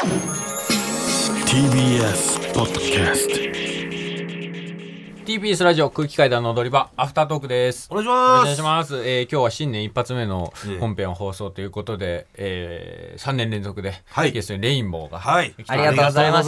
TBS ポッドキャスト TBS ラジオ空気階段の踊り場アフタートークです。 お願いします。 お願いします。今日は新年一発目の本編放送ということで、3年連続で、 はい、 ゲストにレインボーが、 はい、 ありがとうございました。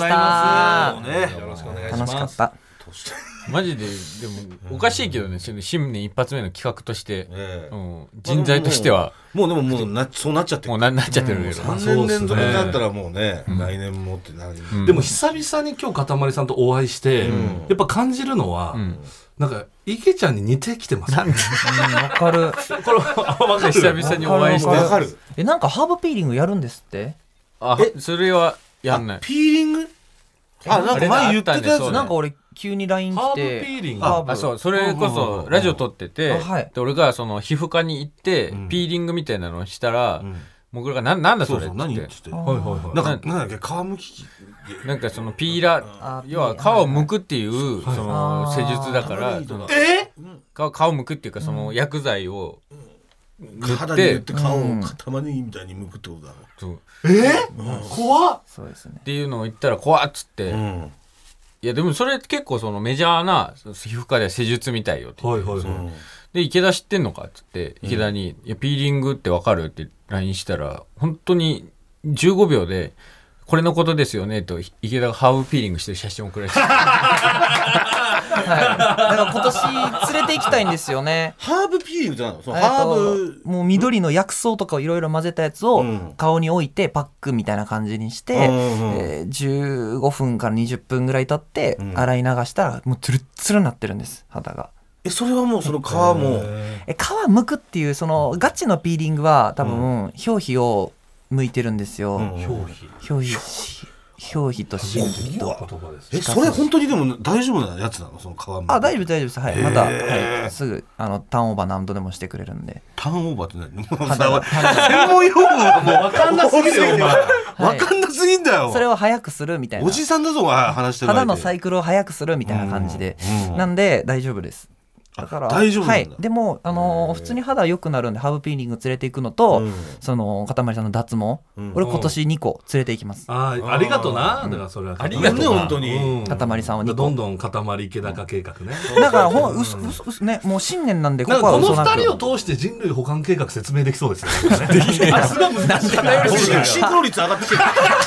よろしくお願いします。 楽しかった。 マジででもおかしいけどね、新年一発目の企画として、人材としてはもうそうなっちゃってる。 もうなっちゃってるけど、 3年連続になったらもうね、来年もってなる。 でも久々に今日かたまりさんとお会いして、やっぱ感じるのは、なんか池ちゃんに似てきてますね。 わかる。 これ分かる。久々にお会いしてわかる。 なんかハーブピーリングやるんですって。 それはやんない。 ピーリング？なんか前言ってたやつ。 なんか俺急に LINE 来てハーブピーリング。 そう、それこそラジオ撮ってて、で俺がその皮膚科に行って、ピーリングみたいなのをしたら、僕らがなんだそれって何言ってて、 なんだっけ、皮むき器、 なんかそのピーラー、要は皮を剥くっていうその施術だから、皮を剥くっていうかその薬剤を肌に塗って皮を玉ねぎみたいに剥くってことだろ。 怖っ。 そうですね。 っていうのを言ったら怖っつって、いやでもそれ結構そのメジャーな皮膚科では施術みたいよって言って、で池田知ってんのかっつって池田に、いやピーリングってわかるって LINE したら本当に15秒でこれのことですよねと池田がハーブピーリングしてる写真を送られてはい、だから今年連れて行きたいんですよね。 ハーブピーリングじゃないの？そのハーブもう緑の薬草とかをいろいろ混ぜたやつを顔に置いてパックみたいな感じにして、15分から20分ぐらい経って洗い流したらもうツルッツルになってるんです、肌が。 それはもうその皮も皮剥くっていうそのガチのピーリングは多分表皮を剥いてるんですよ。表皮と真皮と。 それ本当にでも大丈夫なやつなの？その皮も。 大丈夫です。はい。また、はい、すぐターンオーバー何度でもしてくれるんで。 ターンオーバーって何？専門用語がもう分かんなすぎるよ。分かんなすぎんだよ。 それを早くするみたいな。 おじさんだぞ話してる。 肌のサイクルを早くするみたいな感じで、なんで大丈夫です。だから大丈夫なんだ。 はい、でも普通に肌良くなるんでハーブピーリング連れて行くのと、そのかたまりさんの脱毛、俺今年2個連れて行きます。 ありがとうな。だからそれはありがとうね本当に。 かたまりさんを2個どんどんかたまり池高計画ね。 だから嘘ね、もう新年なんでここは嘘なく。 この2人を通して人類保管計画説明できそうですね。できない。すごい難しい。 シンクロ率上がってきてる。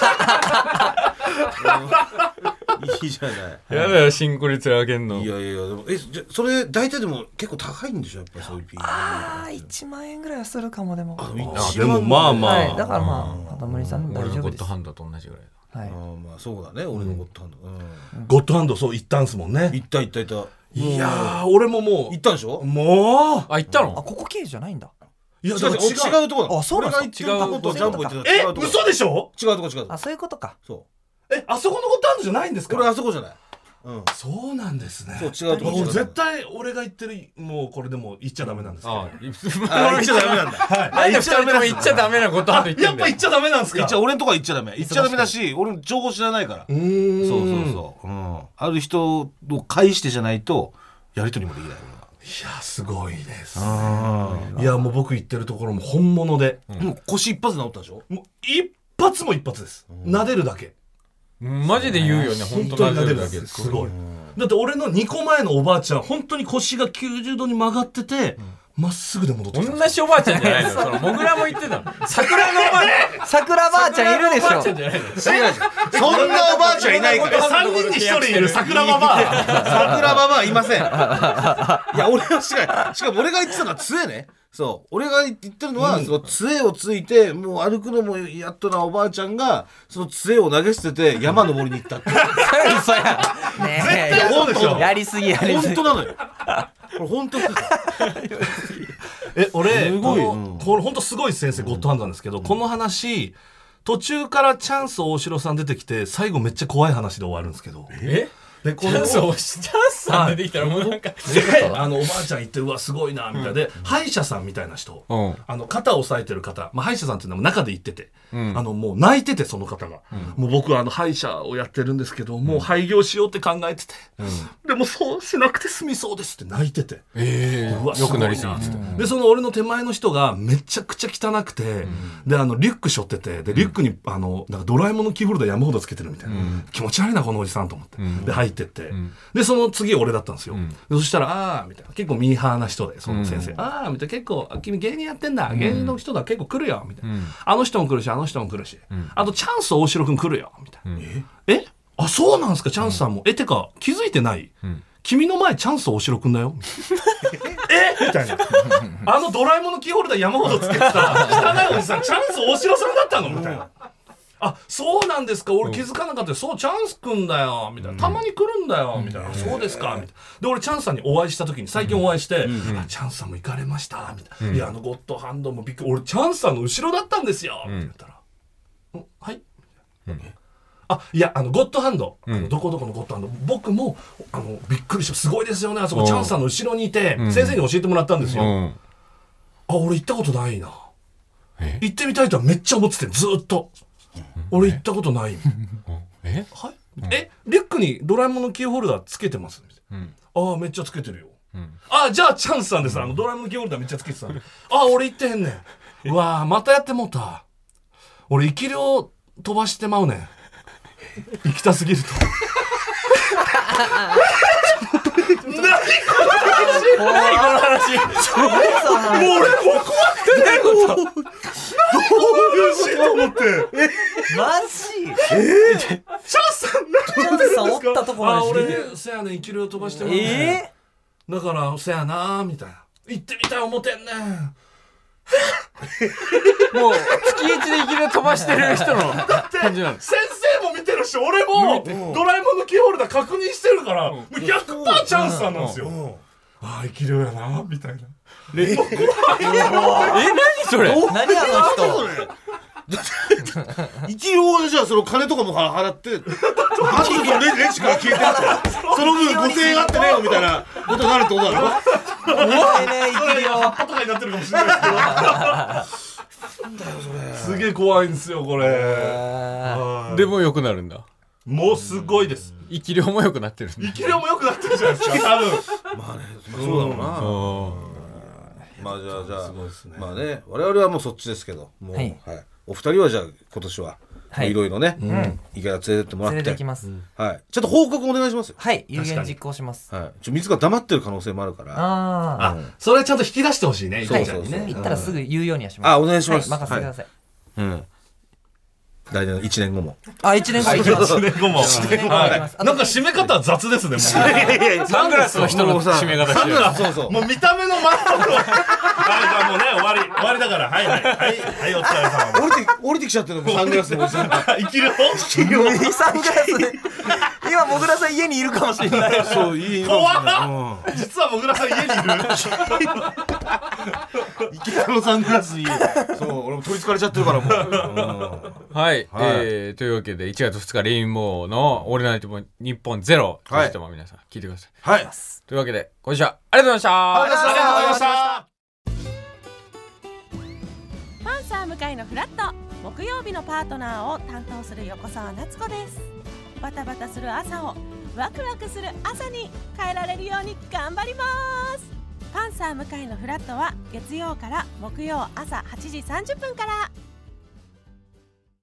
いいじゃない。 やだよシンクロ率上げんの。 いやでもじゃそれ大体でも結構高いんでしょやっぱりそういうピーリング。 1万円ぐらいはするかも。でもでもまあまあ、 はい、だからまあかたまりさん大丈夫です。 俺のゴッドハンドと同じぐらいだ。 はい、 まあそうだね。俺のゴッドハンド、 ゴッドハンドそう行ったんすもんね。 行った。いや俺ももう行ったんでしょ。 もう行ったの？ ここ経由じゃないんだ。 いや違うとこだ。 そうなんですか。 俺が行ってたとことジャンボ行ってた違うとこ。 嘘でしょ？ 違うとこ。 そういうことか。 そう。 あそこのゴッドハンドじゃないんですか？ これあそこじゃない。 そうなんですね。 そう違うとこ。 もう絶対俺が言ってるもうこれでも言っちゃダメなんですけど。 言っちゃダメなんだ。 なんで2人とも言っちゃダメなことある言ってんだよ。 やっぱ言っちゃダメなんですか？ 俺のとこは言っちゃダメ。言っちゃダメだし、俺の情報知らないから。そう。ある人を介してじゃないとやり取りもできない。 いやすごいですね。いやもう僕言ってるところも本物で、 もう腰一発治ったでしょ。 もう一発です。撫でるだけ。 マジで言うよね。 本当に撫でるだけです。すごい。だって俺の2個前のおばあちゃん本当に腰が90度に曲がっててまっすぐで戻ってきた。 同じおばあちゃんじゃないの？そのモグラも言ってたの。桜のおばあ桜ばあちゃんいるでしょ。 桜のおばあちゃんじゃないの？ そんなおばあちゃんいないから。 3人に1人いる桜ババア。 桜ババアいません。いや俺はしかも俺が言ってたのは杖ね。そう俺が言ってるのは、その杖をついてもう歩くのもやっとなおばあちゃんがその杖を投げ捨てて山登りに行ったって。 嘘やねえ。 絶対そうでしょ。 やりすぎ。 本当なのよ。これ本当だ。 俺すごいこれ本当すごい先生ゴッドハンドなんですけど、この話途中からチャンス大城さん出てきて最後めっちゃ怖い話で終わるんですけど。 でこチャンスさん出てきたらもうなんかでおばあちゃん行ってうわすごいなみたいなで、歯医者さんみたいな人、肩を押さえてる方、歯医者さんっていうのは中で行ってて、もう泣いててその方が、もう僕は歯医者をやってるんですけど、もう廃業しようって考えてて、でもそうしなくて済みそうですって泣いてて、うわよくなりすぎて、 でその俺の手前の人がめちゃくちゃ汚くて、でリュック背負ってて、でリュックになんかドラえもんのキーホルダー山ほどつけてるみたいな、気持ち悪いなこのおじさんと思って、で入ってって、でその次俺だったんですよ、そしたらみたいな、結構ミーハーな人でその先生、みたいな、結構君芸人やってんだ、芸人の人だ結構来るよみたいな、あの人も来るしあの人も来るし、あとチャンス大城くん来るよみたいな、あそうなんですかチャンスさんも、てか気づいてない、君の前チャンス大城くんだよみたいなドラえもんのキーホルダー山ほどつけてた汚いおじさんチャンス大城さんだったのみたいな、そうなんですか、俺気づかなかったよ、そうチャンスくんだよみたいな、たまに来るんだよみたいな、そうですかみたいな、で俺チャンスさんにお会いした時に最近お会いして、チャンスさんも行かれましたみたいな、いやゴッドハンドもびっくり、俺チャンスさんの後ろだったんですよって言ったら、はいいやゴッドハンド、どこどこのゴッドハンド、僕もびっくりした、すごいですよね、あそこチャンスさんの後ろにいて、先生に教えてもらったんですよ、俺行ったことないな、行ってみたいとはめっちゃ思ってて、ずっと俺行ったことない、はい、リュックにドラえもんのキーホルダーつけてます、めっちゃつけてるよ、じゃあチャンスさんです、ドラえもんのキーホルダーめっちゃつけてた俺行ってへんねん、うわまたやってもうた、俺生き量飛ばしてまうねん、行きたすぎると何この話もう俺もう怖くて何どうしようと思って、 マジチャンスさん何チャンスさんおったとこまで俺せやねん生き量飛ばしてもだからせやなみたいな、行ってみたい思てんねんもう月一で生きる飛ばしてる人の感じなの。 先生も見てるし俺もドラえもんのキーホルダー確認してるから 100% チャンスさんなんですよ。生き量やなみたいな。 何それ、 何あの人一応じゃあその金とかも払ってあとレジから消えてるその分5000円あってねよみたいなことになるってことだろ。 怖いね生き量葉っぱとかになってるかもしれないですけどなんだよそれすげえ怖いんですよこれ。 でも良くなるんだ。 もうすごいです。 生き量も良くなってるんだ。 生き量も良くなってるじゃないですか多分。 まあねそうだろうな。まあじゃあまあね我々はもうそっちですけどもうお二人はじゃあ今年はいろいろねいかが連れてってもらって連れてきます。 はいちょっと報告お願いしますよ。 はい有言実行します。 はい水が黙ってる可能性もあるからそれちゃんと引き出してほしいね。 そうそうそう言ったらすぐ言うようにはします。 お願いします。 任せてください。 来年の1年後も 1年後も 1年後もなんか締め方は雑ですね。 サングラスの人の締め方してる。 そうそうもう見た目の前のはいじゃあもうね終わりだからはいお疲れ様。 降りてきちゃってるのサングラスのおじさんが生きるサングラスで今もぐらさん家にいるかもしれない。 そういい怖っ実はもぐらさん家にいる池田のサングラスにそう俺も取りつかれちゃってるからもうはい、というわけで1月2日レインボーのオールナイト日本ゼロとしても皆さん聞いてください。 はいというわけで今週はありがとうございました。 ありがとうございました。 パンサー向井のフラット木曜日のパートナーを担当する横澤夏子です。バタバタする朝をワクワクする朝に変えられるように頑張ります。パンサー向井のフラットは月曜から木曜朝8時30分から。